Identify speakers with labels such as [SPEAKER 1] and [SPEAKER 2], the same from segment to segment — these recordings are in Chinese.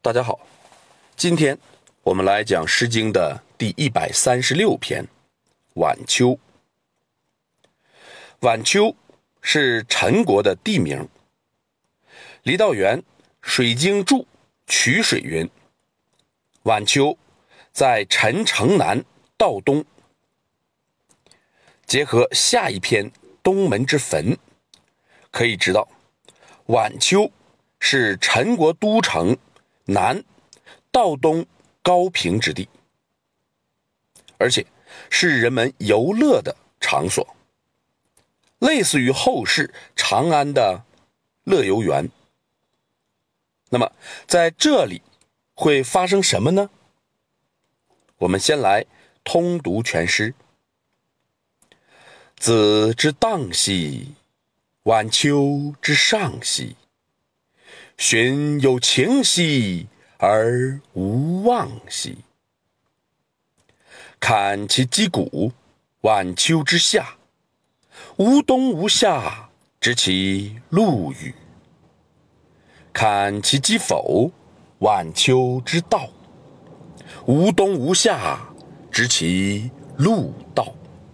[SPEAKER 1] 大家好，今天我们来讲《诗经》的第136篇《晚秋》。晚秋是陈国的地名。郦道元《水经注·曲水》云：晚秋在陈城南道东。结合下一篇《东门之坟》，可以知道晚秋是陈国都城南道东高平之地，而且是人们游乐的场所，类似于后世长安的乐游原。那么在这里会发生什么呢？我们先来通读全诗。子之荡兮，晚秋之上兮，寻有情兮，而无望兮。看其击鼓，晚秋之下，无冬无夏，知其陆羽。看其击否，晚秋之道，无冬无夏，知其陆道。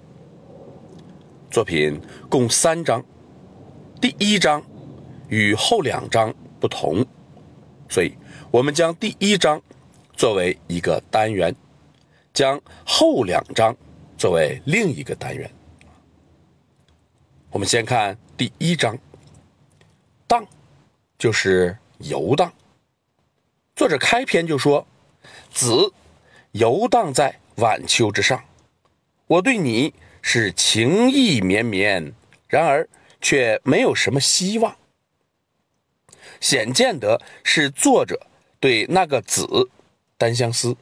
[SPEAKER 1] 作品共3章，第1章与后2章不同，所以我们将第1章作为一个单元，将后2章作为另一个单元。我们先看第1章，荡就是游荡。作者开篇就说：子游荡在晚秋之上，我对你是情意绵绵，然而却没有什么希望。显见得是作者对那个子单相思。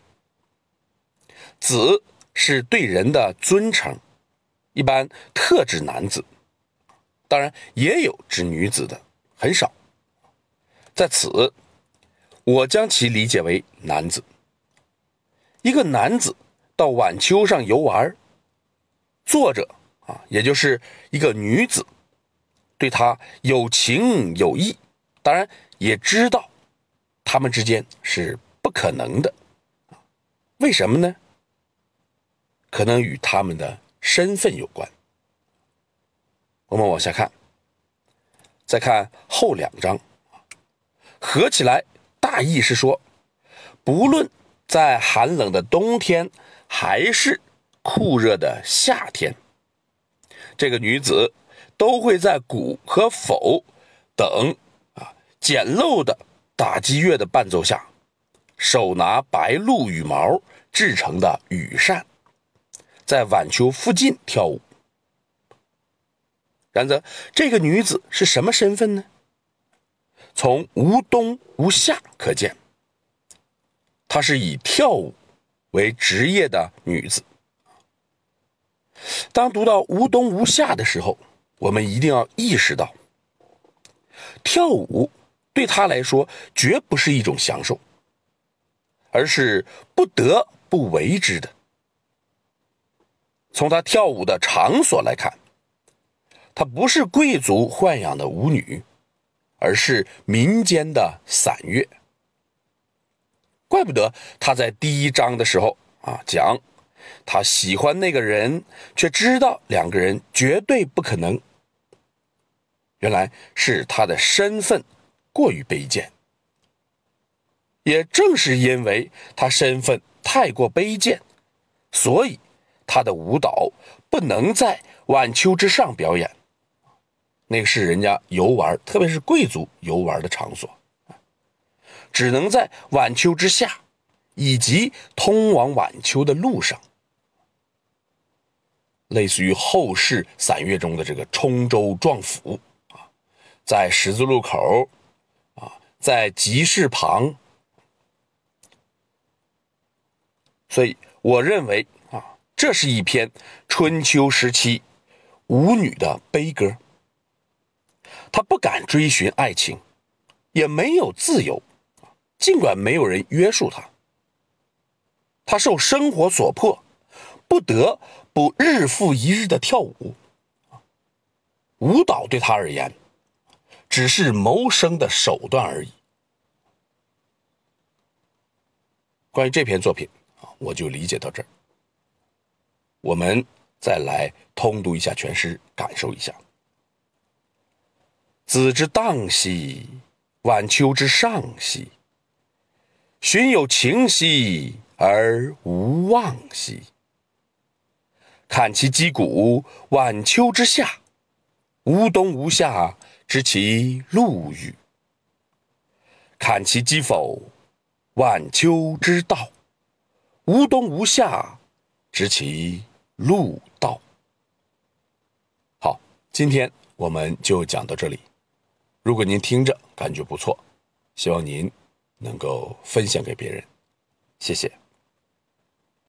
[SPEAKER 1] 子是对人的尊称，一般特指男子，当然也有指女子的，很少。在此我将其理解为男子。一个男子到晚秋上游玩，作者也就是一个女子，对他有情有义，当然也知道他们之间是不可能的。为什么呢？可能与他们的身份有关。我们往下看，再看后2章，合起来大意是说，不论在寒冷的冬天还是酷热的夏天，这个女子都会在鼓和否等简陋的打击乐的伴奏下，手拿白鹭羽毛制成的羽扇，在晚秋附近跳舞。然则这个女子是什么身份呢？从无冬无夏可见，她是以跳舞为职业的女子。当读到无冬无夏的时候，我们一定要意识到，跳舞对她来说绝不是一种享受，而是不得不为之的。从她跳舞的场所来看，她不是贵族豢养的舞女，而是民间的散乐。怪不得她在第1章的时候讲他喜欢那个人，却知道2个人绝对不可能。原来是他的身份过于卑贱。也正是因为他身份太过卑贱，所以他的舞蹈不能在晚秋之上表演。那个是人家游玩，特别是贵族游玩的场所，只能在晚秋之下以及通往晚秋的路上，类似于后世散乐中的这个冲州撞府在十字路口在集市旁。所以我认为这是一篇春秋时期舞女的悲歌。她不敢追寻爱情，也没有自由，尽管没有人约束她。她受生活所迫，不得不日复一日的跳舞。舞蹈对她而言只是谋生的手段而已。 关于这篇作品我就理解到这儿。我们再来通读一下全诗，感受一下。子之荡兮，晚秋之上兮，寻有情兮而无望兮。看其击鼓，晚秋之下，无冬无夏，知其陆羽。看其击否，晚秋之道，无冬无夏，知其陆道。好，今天我们就讲到这里。如果您听着感觉不错，希望您能够分享给别人，谢谢。